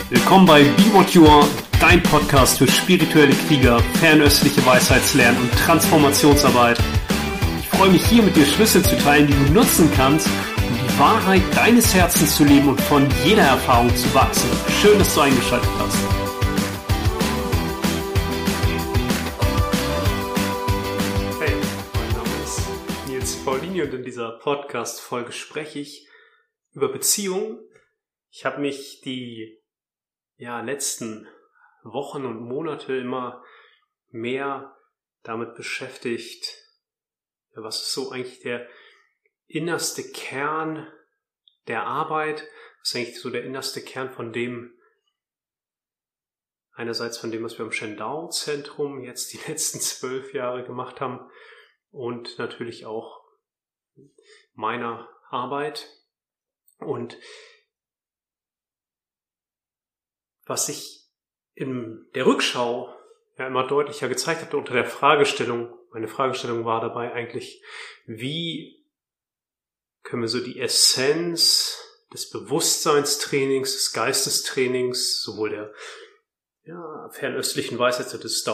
Willkommen bei Be What You Are, dein Podcast für spirituelle Krieger, fernöstliche Weisheitslernen und Transformationsarbeit. Ich freue mich hier mit dir Schlüssel zu teilen, die du nutzen kannst, um die Wahrheit deines Herzens zu leben und von jeder Erfahrung zu wachsen. Schön, dass du eingeschaltet hast. Hey, mein Name ist Nils Paulini und in dieser Podcast-Folge spreche ich über Beziehungen. Ich habe mich die letzten Wochen und Monate immer mehr damit beschäftigt, was ist so eigentlich der innerste Kern der Arbeit, was ist eigentlich so der innerste Kern von dem, einerseits von dem, was wir im Shendao-Zentrum jetzt die letzten 12 Jahre gemacht haben und natürlich auch meiner Arbeit. Und was sich in der Rückschau immer deutlicher gezeigt hat unter der Fragestellung, meine Fragestellung war dabei eigentlich, wie können wir so die Essenz des Bewusstseinstrainings, des Geistestrainings, sowohl der fernöstlichen Weisheit,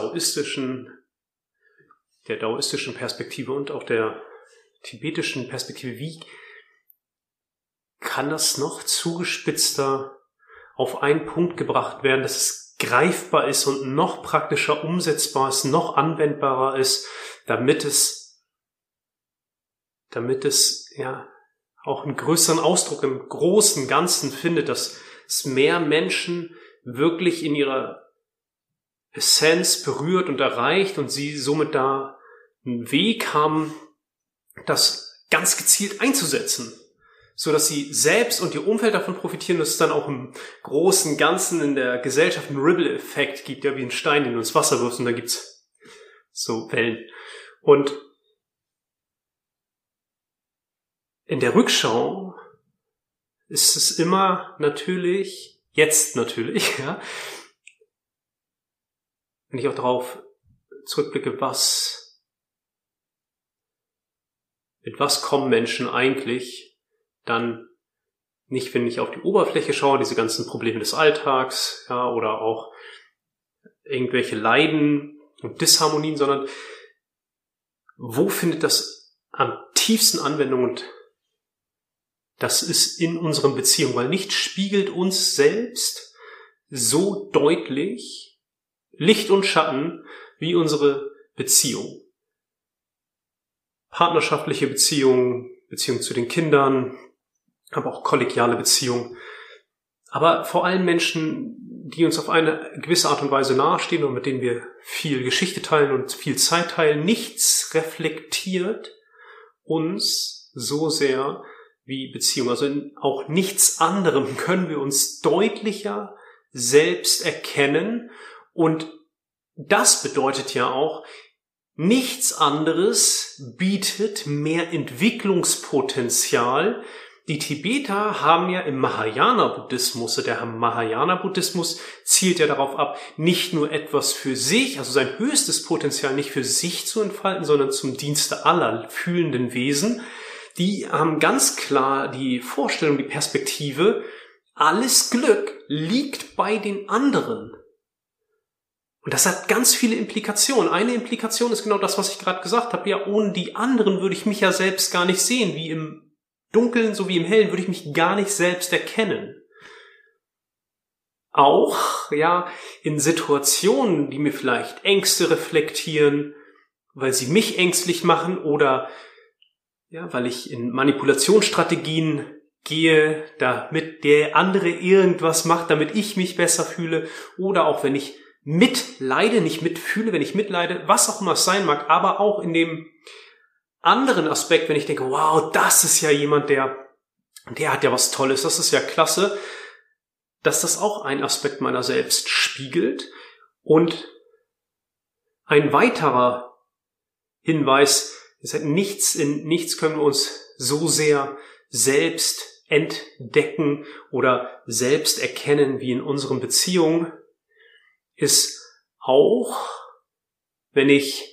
der daoistischen Perspektive und auch der tibetischen Perspektive, wie kann das noch zugespitzter auf einen Punkt gebracht werden, dass es greifbar ist und noch praktischer umsetzbar ist, noch anwendbarer ist, damit es auch einen größeren Ausdruck im großen Ganzen findet, dass es mehr Menschen wirklich in ihrer Essenz berührt und erreicht und sie somit da einen Weg haben, das ganz gezielt einzusetzen, so dass sie selbst und ihr Umfeld davon profitieren, dass es dann auch im großen Ganzen in der Gesellschaft einen Ripple-Effekt gibt, ja wie ein Stein, den du ins Wasser wirfst und da gibt's so Wellen. Und in der Rückschau ist es immer jetzt natürlich, wenn ich auch darauf zurückblicke, mit was kommen Menschen eigentlich, dann nicht, wenn ich auf die Oberfläche schaue, diese ganzen Probleme des Alltags, oder auch irgendwelche Leiden und Disharmonien, sondern wo findet das am tiefsten Anwendung? Und das ist in unseren Beziehungen, weil nichts spiegelt uns selbst so deutlich Licht und Schatten wie unsere Beziehung. Partnerschaftliche Beziehungen, Beziehung zu den Kindern, aber auch kollegiale Beziehungen. Aber vor allem Menschen, die uns auf eine gewisse Art und Weise nahestehen und mit denen wir viel Geschichte teilen und viel Zeit teilen. Nichts reflektiert uns so sehr wie Beziehung. Also in auch nichts anderem können wir uns deutlicher selbst erkennen. Und das bedeutet ja auch, nichts anderes bietet mehr Entwicklungspotenzial. Die Tibeter haben ja im Mahayana-Buddhismus, der Mahayana-Buddhismus zielt ja darauf ab, nicht nur etwas für sich, also sein höchstes Potenzial nicht für sich zu entfalten, sondern zum Dienste aller fühlenden Wesen. Die haben ganz klar die Vorstellung, die Perspektive, alles Glück liegt bei den anderen. Und das hat ganz viele Implikationen. Eine Implikation ist genau das, was ich gerade gesagt habe. Ja, ohne die anderen würde ich mich ja selbst gar nicht sehen, wie im Dunkeln sowie im Hellen würde ich mich gar nicht selbst erkennen. Auch, in Situationen, die mir vielleicht Ängste reflektieren, weil sie mich ängstlich machen oder, weil ich in Manipulationsstrategien gehe, damit der andere irgendwas macht, damit ich mich besser fühle oder auch wenn ich mitleide, nicht mitfühle, wenn ich mitleide, was auch immer es sein mag, aber auch in dem anderen Aspekt, wenn ich denke, wow, das ist ja jemand, der hat ja was Tolles, das ist ja klasse, dass das auch ein Aspekt meiner selbst spiegelt. Und ein weiterer Hinweis ist, in nichts können wir uns so sehr selbst entdecken oder selbst erkennen wie in unseren Beziehungen, ist auch, wenn ich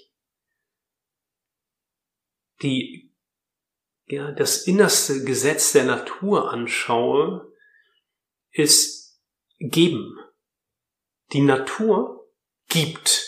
das innerste Gesetz der Natur anschaue, ist geben. Die Natur gibt.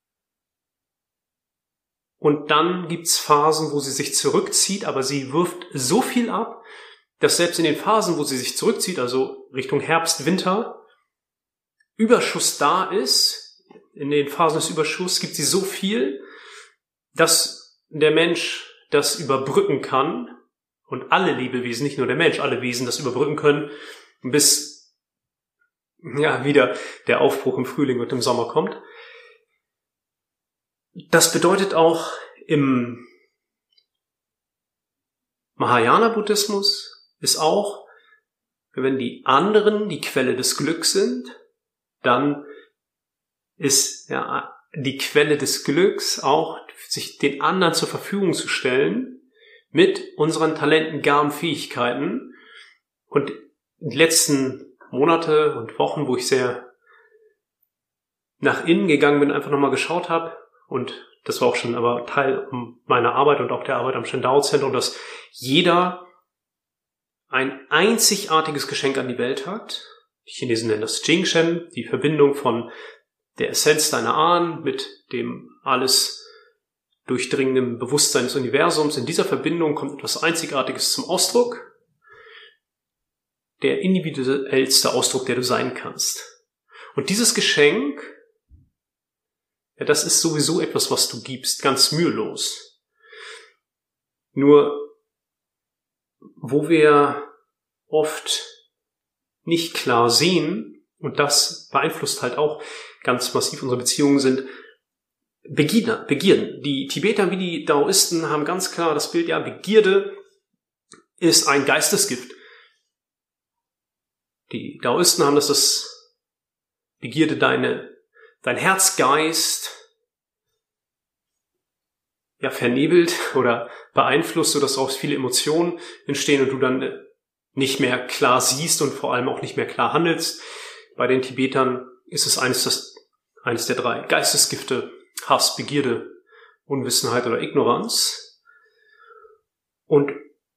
Und dann gibt's Phasen, wo sie sich zurückzieht, aber sie wirft so viel ab, dass selbst in den Phasen, wo sie sich zurückzieht, also Richtung Herbst, Winter, Überschuss da ist. In den Phasen des Überschusses gibt sie so viel, dass der Mensch das überbrücken kann und alle Lebewesen, nicht nur der Mensch, alle Wesen das überbrücken können, bis wieder der Aufbruch im Frühling und im Sommer kommt. Das bedeutet auch im Mahayana-Buddhismus ist auch, wenn die anderen die Quelle des Glücks sind, dann ist die Quelle des Glücks auch, sich den anderen zur Verfügung zu stellen mit unseren Talenten, Gaben, Fähigkeiten. Und die letzten Monate und Wochen, wo ich sehr nach innen gegangen bin, einfach nochmal geschaut habe, und das war auch schon aber Teil meiner Arbeit und auch der Arbeit am Shen-Dao-Zentrum, dass jeder ein einzigartiges Geschenk an die Welt hat. Die Chinesen nennen das Jing-Shen, die Verbindung von der Essenz deiner Ahnen mit dem alles durchdringenden Bewusstsein des Universums. In dieser Verbindung kommt etwas Einzigartiges zum Ausdruck. Der individuellste Ausdruck, der du sein kannst. Und dieses Geschenk, das ist sowieso etwas, was du gibst, ganz mühelos. Nur, wo wir oft nicht klar sehen, und das beeinflusst halt auch ganz massiv unsere Beziehungen, sind Begierden. Die Tibeter wie die Daoisten haben ganz klar das Bild, Begierde ist ein Geistesgift. Die Daoisten haben das Begierde dein Herzgeist vernebelt oder beeinflusst, sodass daraus viele Emotionen entstehen und du dann nicht mehr klar siehst und vor allem auch nicht mehr klar handelst. Bei den Tibetern ist es eines der 3 Geistesgifte: Hass, Begierde, Unwissenheit oder Ignoranz. Und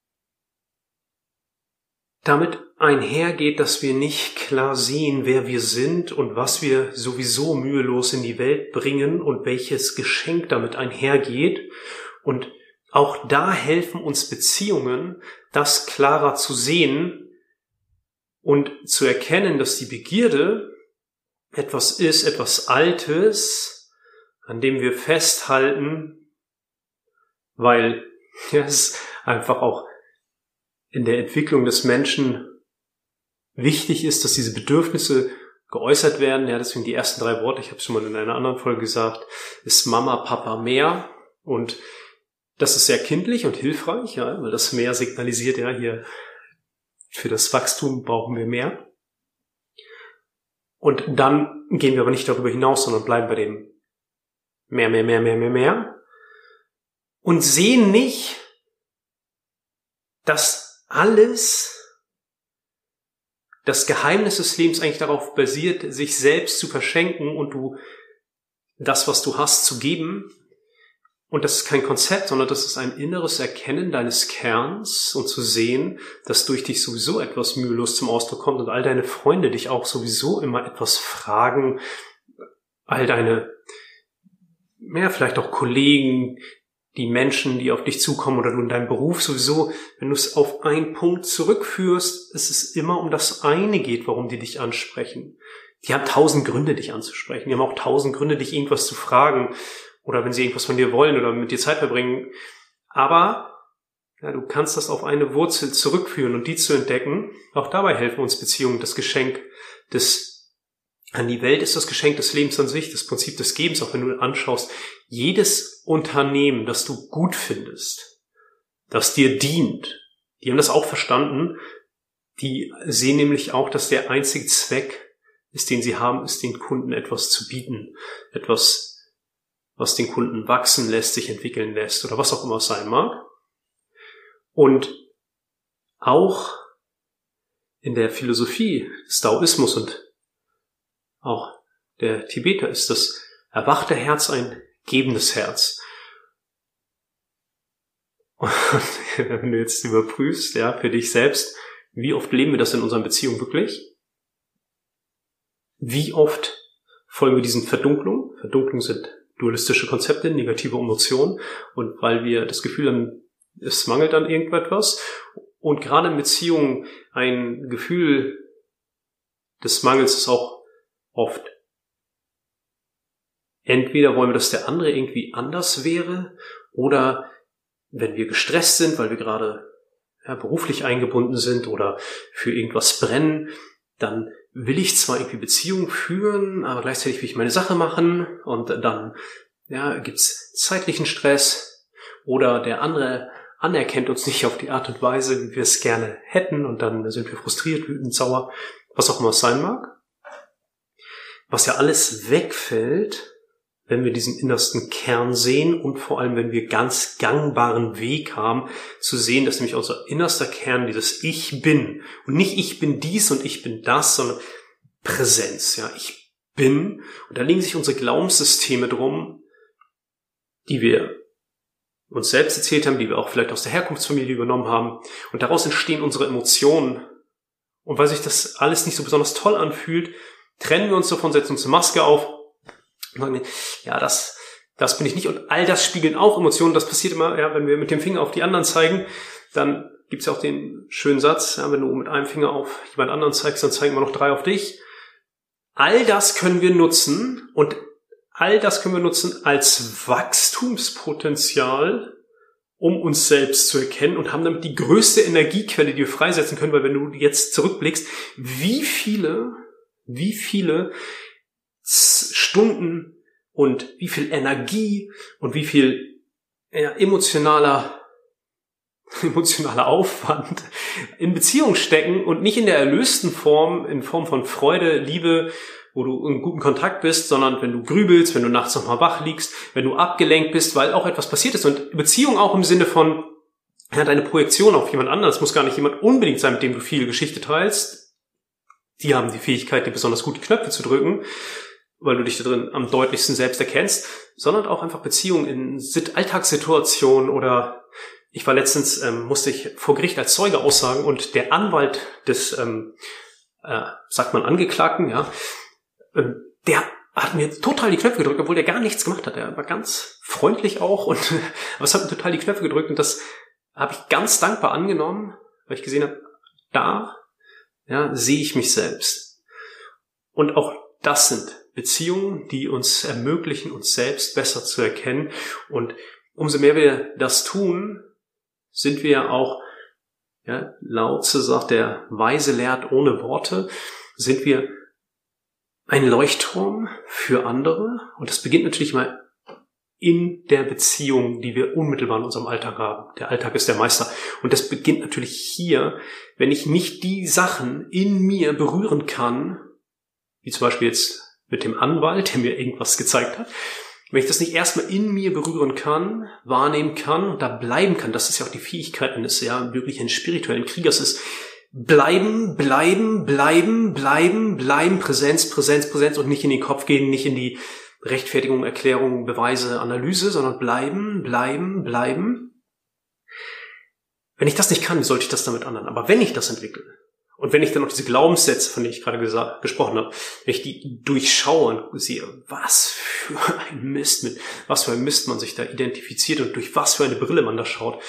damit einhergeht, dass wir nicht klar sehen, wer wir sind und was wir sowieso mühelos in die Welt bringen und welches Geschenk damit einhergeht. Und auch da helfen uns Beziehungen, das klarer zu sehen und zu erkennen, dass die Begierde etwas ist, etwas Altes, an dem wir festhalten, weil es einfach auch in der Entwicklung des Menschen wichtig ist, dass diese Bedürfnisse geäußert werden. Deswegen die ersten 3 Worte, ich habe es schon mal in einer anderen Folge gesagt, ist Mama, Papa, mehr. Und das ist sehr kindlich und hilfreich, weil das Mehr signalisiert, hier für das Wachstum brauchen wir mehr. Und dann gehen wir aber nicht darüber hinaus, sondern bleiben bei dem mehr. Und sehen nicht, dass das Geheimnis des Lebens eigentlich darauf basiert, sich selbst zu verschenken und das, was du hast, zu geben. Und das ist kein Konzept, sondern das ist ein inneres Erkennen deines Kerns und zu sehen, dass durch dich sowieso etwas mühelos zum Ausdruck kommt und all deine Freunde dich auch sowieso immer etwas fragen, all deine, vielleicht auch Kollegen, die Menschen, die auf dich zukommen oder du in deinem Beruf sowieso, wenn du es auf einen Punkt zurückführst, es ist immer um das eine geht, warum die dich ansprechen. Die haben 1000 Gründe, dich anzusprechen. Die haben auch 1000 Gründe, dich irgendwas zu fragen oder wenn sie irgendwas von dir wollen oder mit dir Zeit verbringen. Aber du kannst das auf eine Wurzel zurückführen und die zu entdecken. Auch dabei helfen uns Beziehungen, das Geschenk an die Welt ist das Geschenk des Lebens an sich, das Prinzip des Gebens, auch wenn du anschaust, jedes Unternehmen, das du gut findest, das dir dient, die haben das auch verstanden, die sehen nämlich auch, dass der einzige Zweck ist, den sie haben, ist, den Kunden etwas zu bieten, etwas, was den Kunden wachsen lässt, sich entwickeln lässt oder was auch immer es sein mag. Und auch in der Philosophie des Daoismus und auch der Tibeter ist das erwachte Herz ein gebendes Herz. Und wenn du jetzt überprüfst, für dich selbst, wie oft leben wir das in unseren Beziehungen wirklich? wie oft folgen wir diesen Verdunklungen? Verdunklungen sind dualistische Konzepte, negative Emotionen. Und weil wir das Gefühl haben, es mangelt an irgendetwas. Und gerade in Beziehungen ein Gefühl des Mangels ist auch oft. Entweder wollen wir, dass der andere irgendwie anders wäre, oder wenn wir gestresst sind, weil wir gerade beruflich eingebunden sind oder für irgendwas brennen, dann will ich zwar irgendwie Beziehungen führen, aber gleichzeitig will ich meine Sache machen und dann gibt's zeitlichen Stress oder der andere anerkennt uns nicht auf die Art und Weise, wie wir es gerne hätten und dann sind wir frustriert, wütend, sauer, was auch immer es sein mag. Was ja alles wegfällt, wenn wir diesen innersten Kern sehen und vor allem, wenn wir ganz gangbaren Weg haben, zu sehen, dass nämlich unser innerster Kern dieses Ich bin und nicht ich bin dies und ich bin das, sondern Präsenz, ja, ich bin. Und da liegen sich unsere Glaubenssysteme drum, die wir uns selbst erzählt haben, die wir auch vielleicht aus der Herkunftsfamilie übernommen haben. Und daraus entstehen unsere Emotionen. Und weil sich das alles nicht so besonders toll anfühlt, trennen wir uns davon, setzen uns eine Maske auf und sagen, ja, das bin ich nicht. Und all das spiegeln auch Emotionen. Das passiert immer, wenn wir mit dem Finger auf die anderen zeigen, dann gibt's ja auch den schönen Satz, wenn du mit einem Finger auf jemand anderen zeigst, dann zeigen wir noch 3 auf dich. All das können wir nutzen und all das können wir nutzen als Wachstumspotenzial, um uns selbst zu erkennen und haben damit die größte Energiequelle, die wir freisetzen können, weil wenn du jetzt zurückblickst, wie viele Stunden und wie viel Energie und wie viel emotionaler Aufwand in Beziehung stecken und nicht in der erlösten Form, in Form von Freude, Liebe, wo du in gutem Kontakt bist, sondern wenn du grübelst, wenn du nachts nochmal wach liegst, wenn du abgelenkt bist, weil auch etwas passiert ist. Und Beziehung auch im Sinne von deine Projektion auf jemand anderes. Es muss gar nicht jemand unbedingt sein, mit dem du viel Geschichte teilst. Die haben die Fähigkeit, dir besonders gut die Knöpfe zu drücken, weil du dich da drin am deutlichsten selbst erkennst, sondern auch einfach Beziehungen in Alltagssituationen oder ich war letztens, musste ich vor Gericht als Zeuge aussagen und der Anwalt des, sagt man Angeklagten, der hat mir total die Knöpfe gedrückt, obwohl der gar nichts gemacht hat. Er war ganz freundlich auch aber es hat mir total die Knöpfe gedrückt und das habe ich ganz dankbar angenommen, weil ich gesehen habe, da sehe ich mich selbst. Und auch das sind Beziehungen, die uns ermöglichen, uns selbst besser zu erkennen. Und umso mehr wir das tun, sind wir auch, Lao Tse sagt, der Weise lehrt ohne Worte, sind wir ein Leuchtturm für andere. Und das beginnt natürlich mal in der Beziehung, die wir unmittelbar in unserem Alltag haben. Der Alltag ist der Meister. Und das beginnt natürlich hier, wenn ich nicht die Sachen in mir berühren kann, wie zum Beispiel jetzt mit dem Anwalt, der mir irgendwas gezeigt hat, wenn ich das nicht erstmal in mir berühren kann, wahrnehmen kann und da bleiben kann, das ist ja auch die Fähigkeit eines wirklich einen spirituellen Kriegers ist, bleiben, Präsenz und nicht in den Kopf gehen, nicht in die Rechtfertigung, Erklärung, Beweise, Analyse, sondern bleiben. Wenn ich das nicht kann, wie sollte ich das damit anderen? Aber wenn ich das entwickle und wenn ich dann noch diese Glaubenssätze, von denen ich gerade gesprochen habe, wenn ich die durchschaue und sehe, was für ein Mist man sich da identifiziert und durch was für eine Brille man da schaut,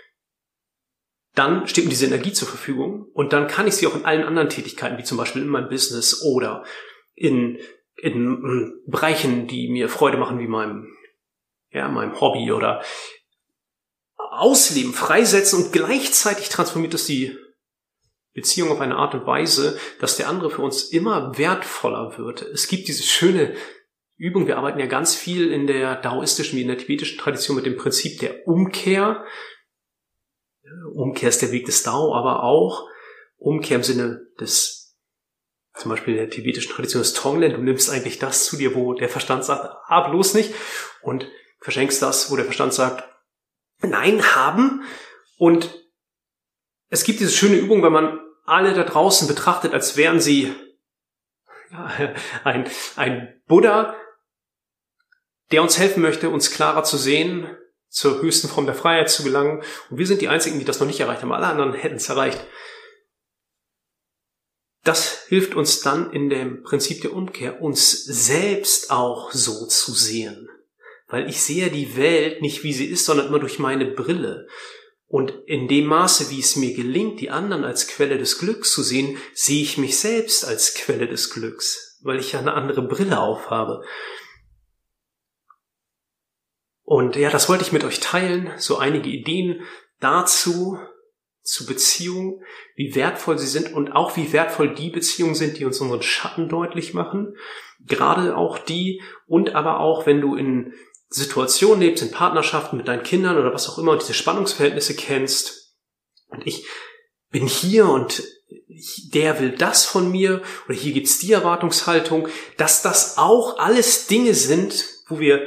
dann steht mir diese Energie zur Verfügung und dann kann ich sie auch in allen anderen Tätigkeiten, wie zum Beispiel in meinem Business oder in Bereichen, die mir Freude machen, wie meinem Hobby oder ausleben, freisetzen und gleichzeitig transformiert es die Beziehung auf eine Art und Weise, dass der andere für uns immer wertvoller wird. Es gibt diese schöne Übung, wir arbeiten ja ganz viel in der daoistischen wie in der tibetischen Tradition mit dem Prinzip der Umkehr. Umkehr ist der Weg des Dao, aber auch Umkehr im Sinne des, zum Beispiel in der tibetischen Tradition des Tonglen, du nimmst eigentlich das zu dir, wo der Verstand sagt, bloß nicht, und verschenkst das, wo der Verstand sagt, nein, haben. Und es gibt diese schöne Übung, wenn man alle da draußen betrachtet, als wären sie ein Buddha, der uns helfen möchte, uns klarer zu sehen, zur höchsten Form der Freiheit zu gelangen. Und wir sind die Einzigen, die das noch nicht erreicht haben. Alle anderen hätten es erreicht. das hilft uns dann in dem Prinzip der Umkehr, uns selbst auch so zu sehen. Weil ich sehe die Welt nicht, wie sie ist, sondern immer durch meine Brille. Und in dem Maße, wie es mir gelingt, die anderen als Quelle des Glücks zu sehen, sehe ich mich selbst als Quelle des Glücks, weil ich ja eine andere Brille aufhabe. Und ja, das wollte ich mit euch teilen, so einige Ideen dazu, zu Beziehungen, wie wertvoll sie sind und auch wie wertvoll die Beziehungen sind, die uns unseren Schatten deutlich machen. Gerade auch die und aber auch, wenn du in Situationen lebst, in Partnerschaften mit deinen Kindern oder was auch immer und diese Spannungsverhältnisse kennst und ich bin hier und der will das von mir oder hier gibt's die Erwartungshaltung, dass das auch alles Dinge sind, wo wir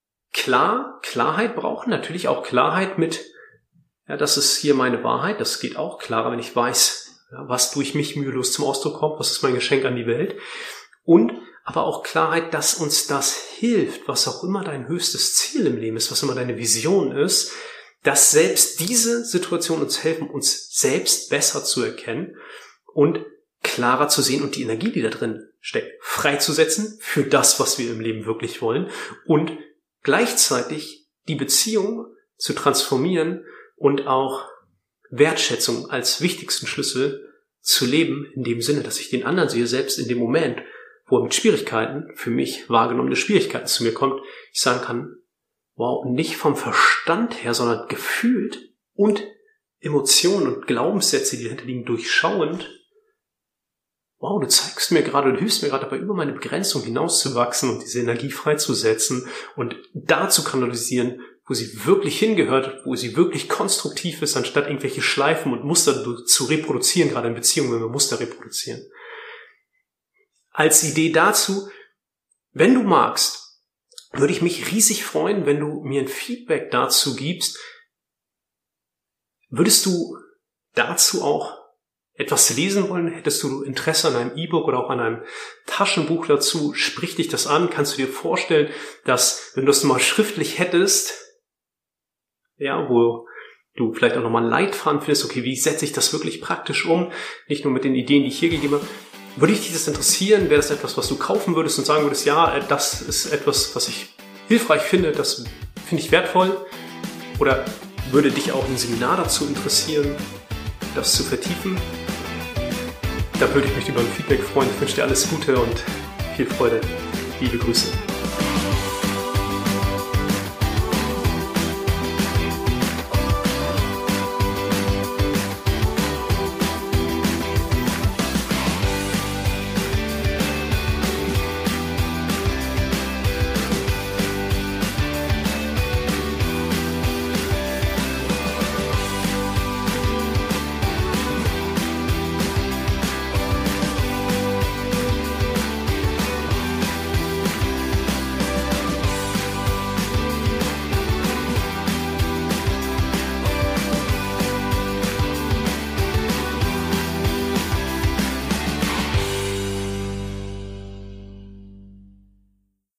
Klarheit brauchen, natürlich auch Klarheit mit, ja, das ist hier meine Wahrheit, das geht auch klarer, wenn ich weiß, ja, was durch mich mühelos zum Ausdruck kommt, was ist mein Geschenk an die Welt und aber auch Klarheit, dass uns das hilft, was auch immer dein höchstes Ziel im Leben ist, was immer deine Vision ist, dass selbst diese Situationen uns helfen, uns selbst besser zu erkennen und klarer zu sehen und die Energie, die da drin steckt, freizusetzen für das, was wir im Leben wirklich wollen und gleichzeitig die Beziehung zu transformieren und auch Wertschätzung als wichtigsten Schlüssel zu leben, in dem Sinne, dass ich den anderen sehe, selbst in dem Moment, wo er mit Schwierigkeiten, für mich wahrgenommene Schwierigkeiten zu mir kommt, ich sagen kann, wow, nicht vom Verstand her, sondern gefühlt und Emotionen und Glaubenssätze, die dahinter liegen, durchschauend, wow, du zeigst mir gerade, du hilfst mir gerade dabei, über meine Begrenzung hinauszuwachsen und diese Energie freizusetzen und da zu kanalisieren, wo sie wirklich hingehört, wo sie wirklich konstruktiv ist, anstatt irgendwelche Schleifen und Muster zu reproduzieren, gerade in Beziehungen, wenn wir Muster reproduzieren. Als Idee dazu, wenn du magst, würde ich mich riesig freuen, wenn du mir ein Feedback dazu gibst. Würdest du dazu auch etwas lesen wollen? Hättest du Interesse an einem E-Book oder auch an einem Taschenbuch dazu? Sprich dich das an? Kannst du dir vorstellen, dass, wenn du das mal schriftlich hättest, ja, wo du vielleicht auch nochmal einen Leitfaden findest, okay, wie setze ich das wirklich praktisch um? Nicht nur mit den Ideen, die ich hier gegeben habe. Würde dich das interessieren? Wäre das etwas, was du kaufen würdest und sagen würdest, ja, das ist etwas, was ich hilfreich finde, das finde ich wertvoll? Oder würde dich auch ein Seminar dazu interessieren, das zu vertiefen? Da würde ich mich über ein Feedback freuen. Ich wünsche dir alles Gute und viel Freude. Liebe Grüße.